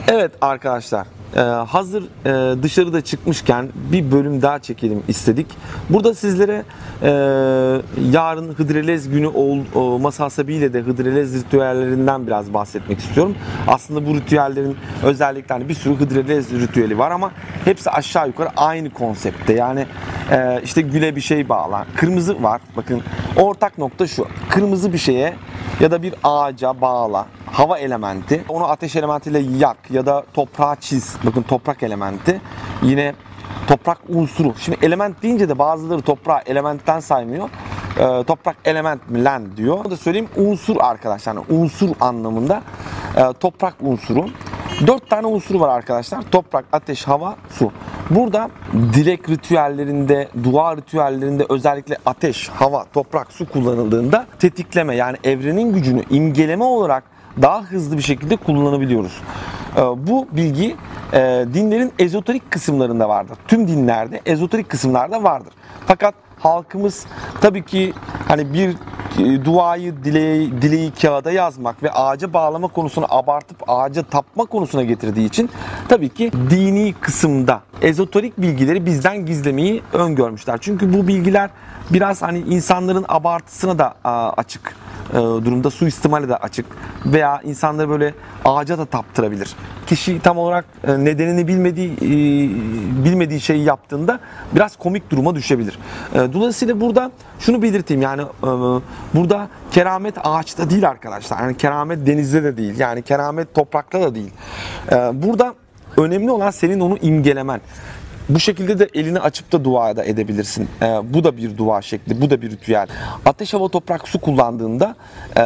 Evet arkadaşlar, hazır dışarıda çıkmışken bir bölüm daha çekelim istedik. Burada sizlere yarın Hıdrellez günü olması hasebiyle de Hıdrellez ritüellerinden biraz bahsetmek istiyorum. Aslında bu ritüellerin özellikle hani bir sürü Hıdrellez ritüeli var ama hepsi aşağı yukarı aynı konseptte. Yani işte güle bir şey bağla. Kırmızı var. Bakın ortak nokta şu. Kırmızı bir şeye ya da bir ağaca bağla. Hava elementi. Onu ateş elementiyle yak ya da toprağa çiz. Bakın toprak elementi. Yine toprak unsuru. Şimdi element deyince de bazıları toprağı elementten saymıyor. Toprak element mi lan diyor. Onu da söyleyeyim, unsur arkadaşlar. Yani unsur anlamında toprak unsuru. 4 tane unsuru var arkadaşlar. Toprak, ateş, hava, su. Burada dilek ritüellerinde, dua ritüellerinde özellikle ateş, hava, toprak, su kullanıldığında tetikleme, yani evrenin gücünü imgeleme olarak daha hızlı bir şekilde kullanabiliyoruz. Bu bilgi dinlerin ezoterik kısımlarında vardır. Tüm dinlerde ezoterik kısımlarda vardır. Fakat halkımız tabii ki hani bir duayı, dileği kağıda yazmak ve ağaca bağlama konusunu abartıp ağaca tapma konusuna getirdiği için tabii ki dini kısımda ezoterik bilgileri bizden gizlemeyi öngörmüşler. Çünkü bu bilgiler biraz hani insanların abartısına da açık durumda, suistimale de açık veya insanları böyle ağaca da taptırabilir. Kişi tam olarak nedenini bilmediği şeyi yaptığında biraz komik duruma düşebilir. Dolayısıyla burada şunu belirteyim, yani burada keramet ağaçta değil arkadaşlar. Yani keramet denizde de değil. Yani keramet toprakta da değil. Burada önemli olan senin onu imgelemen. Bu şekilde de elini açıp da dua da edebilirsin. Bu da bir dua şekli, bu da bir ritüel. Ateş, hava, toprak, su kullandığında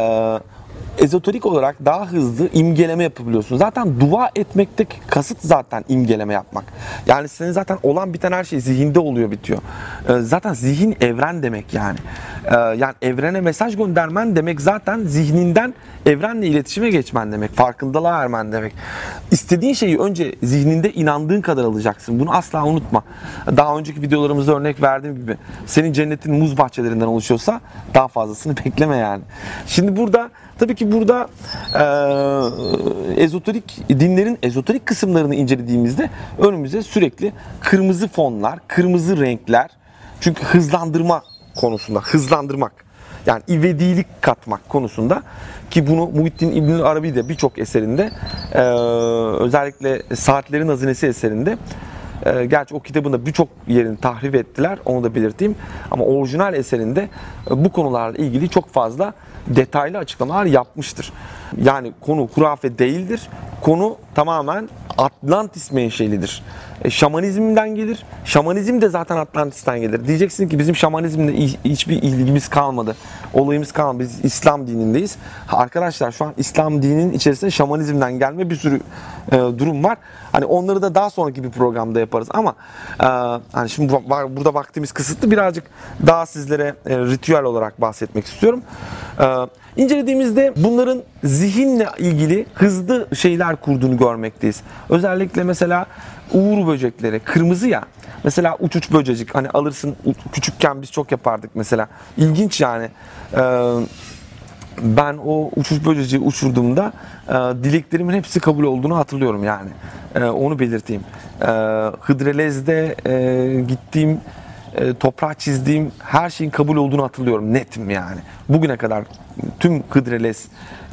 ezoterik olarak daha hızlı imgeleme yapabiliyorsun. Zaten dua etmekteki kasıt zaten imgeleme yapmak. Yani senin zaten olan biten her şey zihinde oluyor, bitiyor. Zaten zihin evren demek yani. Yani evrene mesaj göndermen demek zaten zihninden evrenle iletişime geçmen demek. Farkındalığa ermen demek. İstediğin şeyi önce zihninde inandığın kadar alacaksın. Bunu asla unutma. Daha önceki videolarımızda örnek verdiğim gibi senin cennetin muz bahçelerinden oluşuyorsa daha fazlasını bekleme yani. Şimdi burada tabii ki ezoterik dinlerin ezoterik kısımlarını incelediğimizde önümüze sürekli kırmızı fonlar, kırmızı renkler, çünkü hızlandırma konusunda, hızlandırmak, yani ivedilik katmak konusunda, ki bunu Muhittin İbnül Arabi de birçok eserinde, özellikle Saatlerin Hazinesi eserinde, gerçi o kitabında birçok yerini tahrif ettiler, onu da belirteyim, ama orijinal eserinde bu konularla ilgili çok fazla detaylı açıklamalar yapmıştır. Yani konu hurafe değildir. Konu tamamen Atlantis menşelidir. Şamanizmden gelir. Şamanizm de zaten Atlantis'ten gelir. Diyeceksin ki bizim şamanizmle hiçbir ilgimiz kalmadı. Olayımız kalmadı. Biz İslam dinindeyiz. Arkadaşlar şu an İslam dininin içerisinde şamanizmden gelme bir sürü durum var. Hani onları da daha sonraki bir programda yaparız ama hani şimdi burada vaktimiz kısıtlı. Birazcık daha sizlere ritüel olarak bahsetmek istiyorum. İncelediğimizde bunların zihinle ilgili hızlı şeyler kurduğunu görmekteyiz. Özellikle mesela uğur böcekleri, kırmızı ya. Mesela uçuç böcecik, hani alırsın, küçükken biz çok yapardık mesela. İlginç yani. Ben o uçuş böceciği uçurduğumda dileklerimin hepsi kabul olduğunu hatırlıyorum yani. Onu belirteyim. Hıdrellez'de gittiğim, toprağa çizdiğim her şeyin kabul olduğunu hatırlıyorum. Netim yani. Bugüne kadar tüm Hıdrellez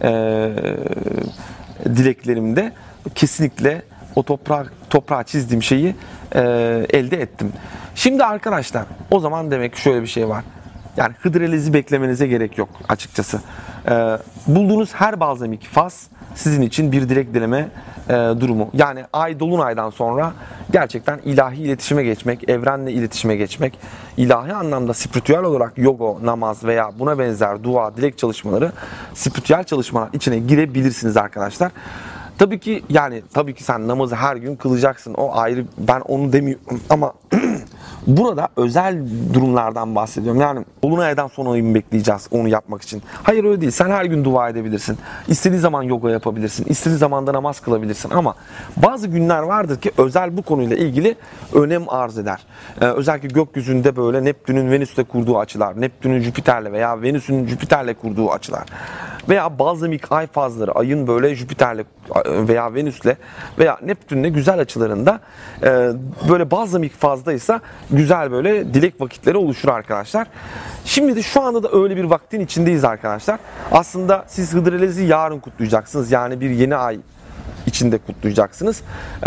dileklerimde kesinlikle o toprağa çizdiğim şeyi elde ettim. Şimdi arkadaşlar, o zaman demek ki şöyle bir şey var. Yani Hıdrellez'i beklemenize gerek yok açıkçası. Bulduğunuz her balzamik faz sizin için bir dilek dileme durumu. Yani ay dolunaydan sonra gerçekten ilahi iletişime geçmek, evrenle iletişime geçmek, ilahi anlamda spiritüel olarak yoga, namaz veya buna benzer dua, dilek çalışmaları, spiritüel çalışmalar içine girebilirsiniz arkadaşlar. Tabii ki sen namazı her gün kılacaksın. O ayrı, ben onu demiyorum ama Burada özel durumlardan bahsediyorum. Yani dolunaydan sonra mı bekleyeceğiz onu yapmak için? Hayır, öyle değil. Sen her gün dua edebilirsin. İstediğin zaman yoga yapabilirsin. İstediğin zaman da namaz kılabilirsin. Ama bazı günler vardır ki özel bu konuyla ilgili önem arz eder. Özellikle gökyüzünde böyle Neptün'ün Venüs'le kurduğu açılar, Neptün'ün Jüpiter'le veya Venüs'ün Jüpiter'le kurduğu açılar veya balzamik ay fazları, ayın böyle Jüpiter'le veya Venüs'le veya Neptün'le güzel açılarında böyle balzamik fazdaysa güzel böyle dilek vakitleri oluşur arkadaşlar. Şimdi de şu anda da öyle bir vaktin içindeyiz arkadaşlar. Aslında siz Hıdrellez'i yarın kutlayacaksınız. Yani bir yeni ay içinde kutlayacaksınız.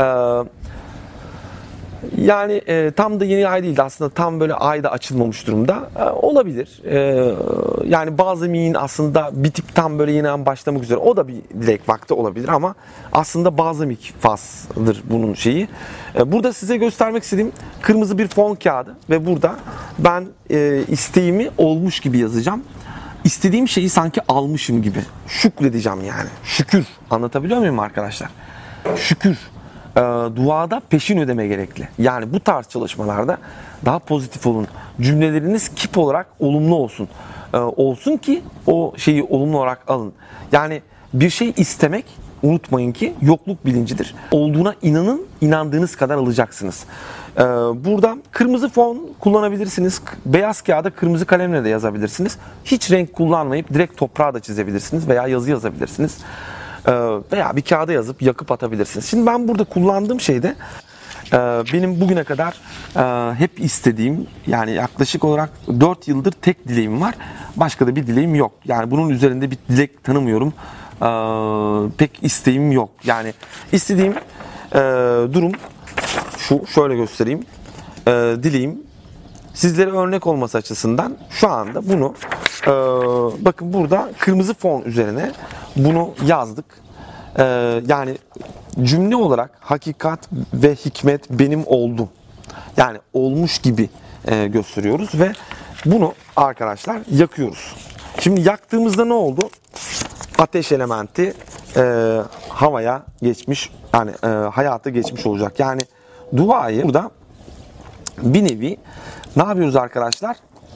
Yani tam da yeni ay değildi aslında, tam böyle ay da açılmamış durumda. Olabilir. Yani bazı mi'nin aslında bitip tam böyle yeni ay başlamak üzere, o da bir dilek vakti olabilir ama aslında bazı mik fazdır bunun şeyi. Burada size göstermek istediğim kırmızı bir fon kağıdı ve burada ben isteğimi olmuş gibi yazacağım. İstediğim şeyi sanki almışım gibi şükredeceğim yani. Şükür. Anlatabiliyor muyum arkadaşlar? Şükür. Duada peşin ödeme gerekli. Yani bu tarz çalışmalarda daha pozitif olun. Cümleleriniz kip olarak olumlu olsun. Olsun ki o şeyi olumlu olarak alın. Yani bir şey istemek, unutmayın ki, yokluk bilincidir. Olduğuna inanın, inandığınız kadar alacaksınız. Burada kırmızı fon kullanabilirsiniz. Beyaz kağıda kırmızı kalemle de yazabilirsiniz. Hiç renk kullanmayıp direkt toprağa da çizebilirsiniz veya yazı yazabilirsiniz. Veya bir kağıda yazıp yakıp atabilirsiniz. Şimdi ben burada kullandığım şeyde benim bugüne kadar hep istediğim, yani yaklaşık olarak 4 yıldır tek dileğim var. Başka da bir dileğim yok. Yani bunun üzerinde bir dilek tanımıyorum. Pek isteğim yok. Yani istediğim durum şu, şöyle göstereyim. Dileğim sizlere örnek olması açısından şu anda bunu bakın burada kırmızı fon üzerine bunu yazdık. Yani cümle olarak hakikat ve hikmet benim oldu. Yani olmuş gibi gösteriyoruz ve bunu arkadaşlar yakıyoruz. Şimdi yaktığımızda ne oldu? Ateş elementi havaya geçmiş, yani hayata geçmiş olacak. Yani duayı burada bir nevi ne yapıyoruz arkadaşlar?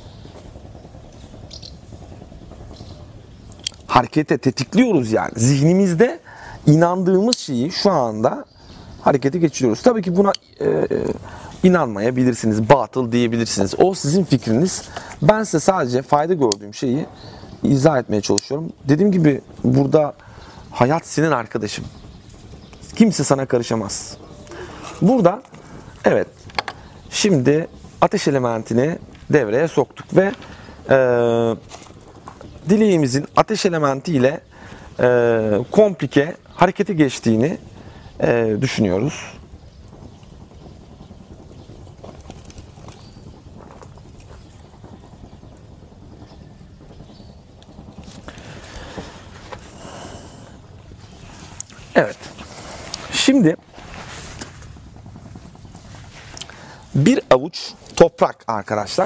Harekete tetikliyoruz yani. Zihnimizde inandığımız şeyi şu anda harekete geçiriyoruz. Tabii ki buna inanmayabilirsiniz, batıl diyebilirsiniz. O sizin fikriniz. Ben size sadece fayda gördüğüm şeyi izah etmeye çalışıyorum. Dediğim gibi burada hayat senin arkadaşım. Kimse sana karışamaz. Burada evet, şimdi ateş elementini devreye soktuk ve dileğimizin ateş elementi ile komplike harekete geçtiğini düşünüyoruz. Evet. Şimdi bir avuç toprak arkadaşlar.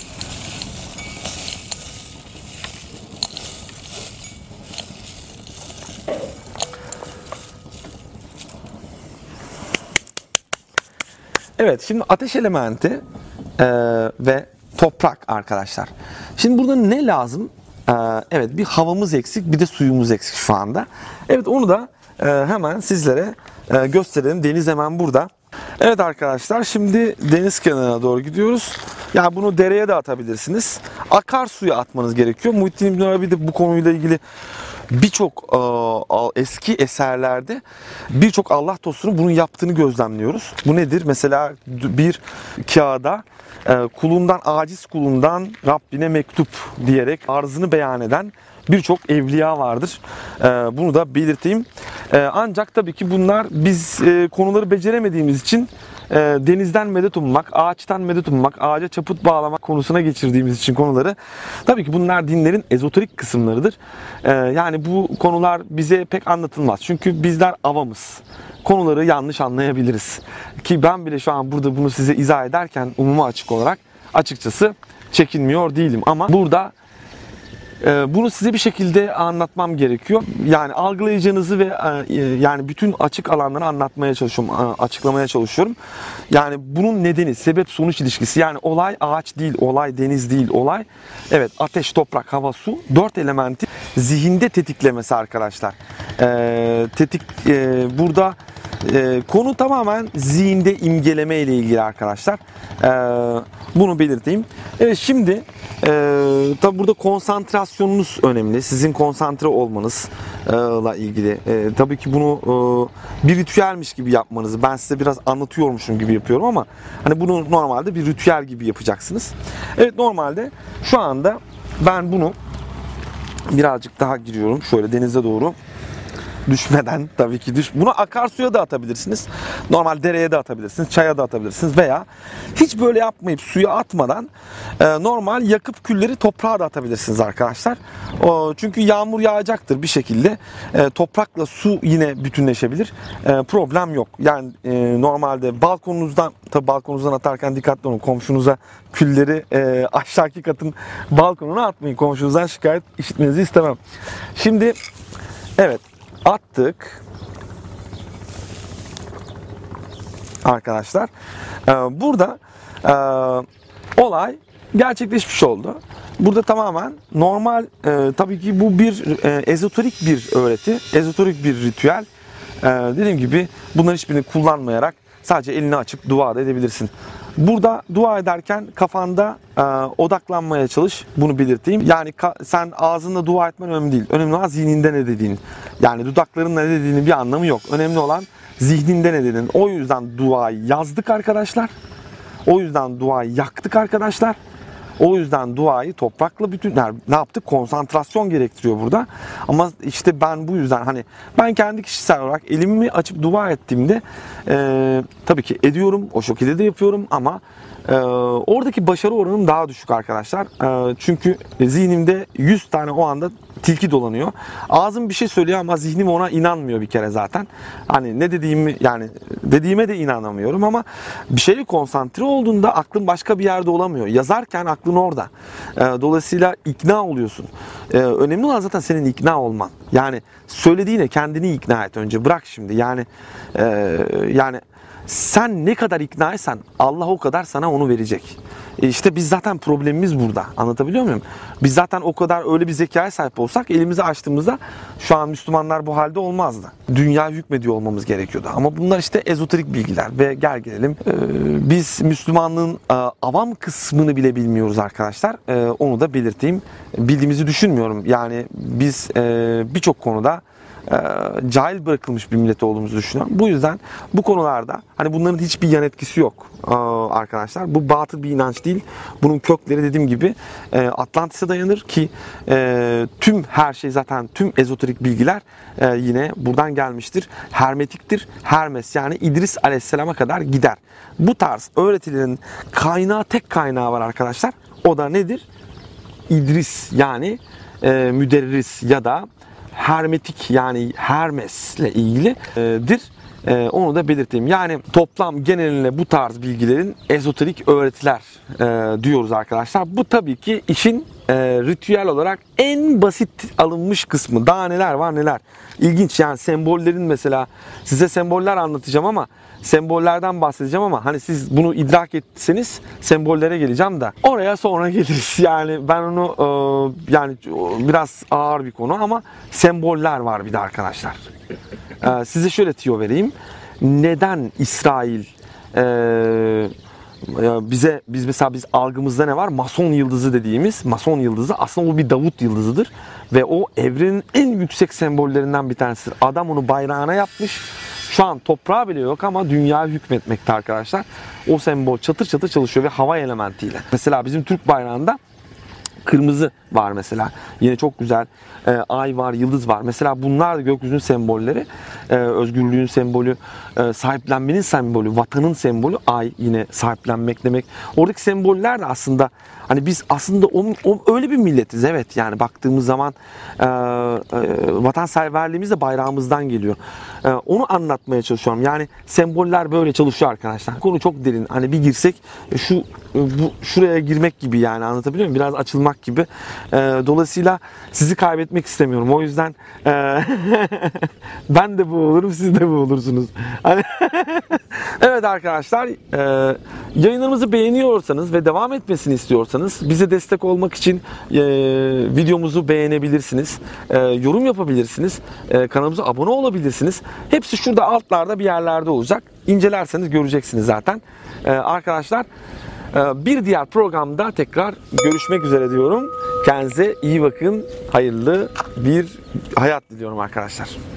Evet, şimdi ateş elementi ve toprak arkadaşlar. Şimdi burada ne lazım? Evet, bir havamız eksik, bir de suyumuz eksik şu anda. Evet, onu da hemen sizlere gösterelim. Deniz hemen burada. Evet arkadaşlar, şimdi deniz kenarına doğru gidiyoruz. Yani bunu dereye de atabilirsiniz. Akarsuya atmanız gerekiyor. Muhittin İbn Arabi de bu konuyla ilgili birçok eski eserlerde birçok Allah dostunun bunu yaptığını gözlemliyoruz. Bu nedir? Mesela bir kağıda kulundan, aciz kulundan Rabbine mektup diyerek arzını beyan eden birçok evliya vardır. Bunu da belirteyim. Ancak tabii ki bunlar biz konuları beceremediğimiz için denizden medet ummak, ağaçtan medet ummak, ağaca çaput bağlamak konusuna geçirdiğimiz için konuları, tabii ki bunlar dinlerin ezoterik kısımlarıdır. Yani bu konular bize pek anlatılmaz. Çünkü bizler avamız. Konuları yanlış anlayabiliriz. Ki ben bile şu an burada bunu size izah ederken umuma açık olarak açıkçası çekinmiyor değilim. Ama burada Bunu size bir şekilde anlatmam gerekiyor. Yani algılayacağınızı ve yani bütün açık alanları anlatmaya çalışıyorum, açıklamaya çalışıyorum. Yani bunun nedeni sebep sonuç ilişkisi. Yani olay ağaç değil, olay deniz değil, olay evet ateş, toprak, hava, su 4 elementi zihinde tetiklemesi arkadaşlar. Burada konu tamamen zihinde imgeleme ile ilgili arkadaşlar. Bunu belirteyim. Evet, şimdi tabi burada konsantrasyonunuz önemli. Sizin konsantre olmanızla ilgili. Tabii ki bunu bir ritüelmiş gibi yapmanızı ben size biraz anlatıyormuşum gibi yapıyorum ama hani bunu normalde bir ritüel gibi yapacaksınız. Evet, normalde şu anda ben bunu birazcık daha giriyorum şöyle denize doğru. Düşmeden tabii ki bunu akarsuya da atabilirsiniz. Normal dereye de atabilirsiniz. Çaya da atabilirsiniz. Veya hiç böyle yapmayıp suya atmadan normal yakıp külleri toprağa da atabilirsiniz arkadaşlar. Çünkü yağmur yağacaktır bir şekilde. Toprakla su yine bütünleşebilir. Problem yok. Yani normalde balkonunuzdan atarken dikkatli olun. Komşunuza külleri aşağıki katın balkonuna atmayın. Komşunuzdan şikayet işitmenizi istemem. Şimdi evet, attık arkadaşlar. Burada olay gerçekleşmiş oldu. Burada tamamen normal, tabii ki bu bir ezoterik bir öğreti, ezoterik bir ritüel. Dediğim gibi bunların hiçbirini kullanmayarak sadece elini açıp dua da edebilirsin. Burada dua ederken kafanda odaklanmaya çalış. Bunu belirteyim. Yani sen ağzınla dua etmen önemli değil. Önemli olan zihninde ne dediğin. Yani dudaklarınla ne dediğinin bir anlamı yok. Önemli olan zihninde ne dediğin. O yüzden duayı yazdık arkadaşlar. O yüzden duayı yaktık arkadaşlar. O yüzden duayı toprakla ne yaptık? Konsantrasyon gerektiriyor burada. Ama işte ben bu yüzden hani ben kendi kişisel olarak elimi açıp dua ettiğimde tabii ki ediyorum. O şekilde de yapıyorum ama oradaki başarı oranım daha düşük arkadaşlar. Çünkü zihnimde 100 tane o anda tilki dolanıyor. Ağzım bir şey söylüyor ama zihnim ona inanmıyor bir kere zaten. Hani ne dediğimi, yani dediğime de inanamıyorum ama bir şeye konsantre olduğunda aklın başka bir yerde olamıyor. Yazarken aklın orada. Dolayısıyla ikna oluyorsun. Önemli olan zaten senin ikna olman. Yani söylediğine kendini ikna et önce. Bırak şimdi. Yani sen ne kadar ikna etsen Allah o kadar sana onu verecek. İşte biz zaten problemimiz burada. Anlatabiliyor muyum? Biz zaten o kadar öyle bir zekaya sahip olsak elimizi açtığımızda şu an Müslümanlar bu halde olmazdı. Dünya hükmediyor olmamız gerekiyordu. Ama bunlar işte ezoterik bilgiler ve gel gelelim. Biz Müslümanlığın avam kısmını bile bilmiyoruz arkadaşlar. Onu da belirteyim. Bildiğimizi düşünmüyorum. Yani biz birçok konuda cahil bırakılmış bir millet olduğumuzu düşünüyorum. Bu yüzden bu konularda hani bunların hiçbir yan etkisi yok arkadaşlar. Bu batıl bir inanç değil. Bunun kökleri dediğim gibi Atlantis'e dayanır ki tüm her şey zaten tüm ezoterik bilgiler yine buradan gelmiştir. Hermetiktir. Hermes yani İdris Aleyhisselam'a kadar gider. Bu tarz öğretilerin tek kaynağı var arkadaşlar. O da nedir? İdris yani müderris ya da hermetik yani Hermes'le ilgilidir. Onu da belirteyim. Yani toplam geneline bu tarz bilgilerin ezoterik öğretiler diyoruz arkadaşlar. Bu tabii ki işin ritüel olarak en basit alınmış kısmı. Daha neler var neler. İlginç yani sembollerin mesela size semboller anlatacağım ama sembollerden bahsedeceğim ama hani siz bunu idrak etseniz sembollere geleceğim de oraya sonra geliriz. Yani ben onu yani biraz ağır bir konu ama semboller var bir de arkadaşlar. Size şöyle tüyo vereyim. Neden İsrail biz mesela algımızda ne var? Mason yıldızı dediğimiz Mason yıldızı aslında o bir Davut yıldızıdır ve o evrenin en yüksek sembollerinden bir tanesidir. Adam onu bayrağına yapmış. Şu an toprağı bile yok ama dünyaya hükmetmekte arkadaşlar. O sembol çatır çatır çalışıyor ve hava elementiyle. Mesela bizim Türk bayrağında kırmızı var mesela. Yine çok güzel. Ay var, yıldız var. Mesela bunlar da gökyüzünün sembolleri. Özgürlüğün sembolü, sahiplenmenin sembolü, vatanın sembolü. Ay yine sahiplenmek demek. Oradaki semboller de aslında hani biz aslında öyle bir milletiz. Evet yani baktığımız zaman vatanseverliğimiz de bayrağımızdan geliyor. Onu anlatmaya çalışıyorum. Yani semboller böyle çalışıyor arkadaşlar. Konu çok derin. Hani bir girsek şuraya girmek gibi yani anlatabiliyor muyum? Biraz açılmak konuşmak gibi. Dolayısıyla sizi kaybetmek istemiyorum. O yüzden ben de bu olurum, siz de bu olursunuz. Evet arkadaşlar, yayınlarımızı beğeniyorsanız ve devam etmesini istiyorsanız bize destek olmak için videomuzu beğenebilirsiniz, yorum yapabilirsiniz, kanalımıza abone olabilirsiniz. Hepsi şurada altlarda bir yerlerde olacak. İncelerseniz göreceksiniz zaten. Arkadaşlar, bir diğer programda tekrar görüşmek üzere diyorum. Kendinize iyi bakın. Hayırlı bir hayat diliyorum arkadaşlar.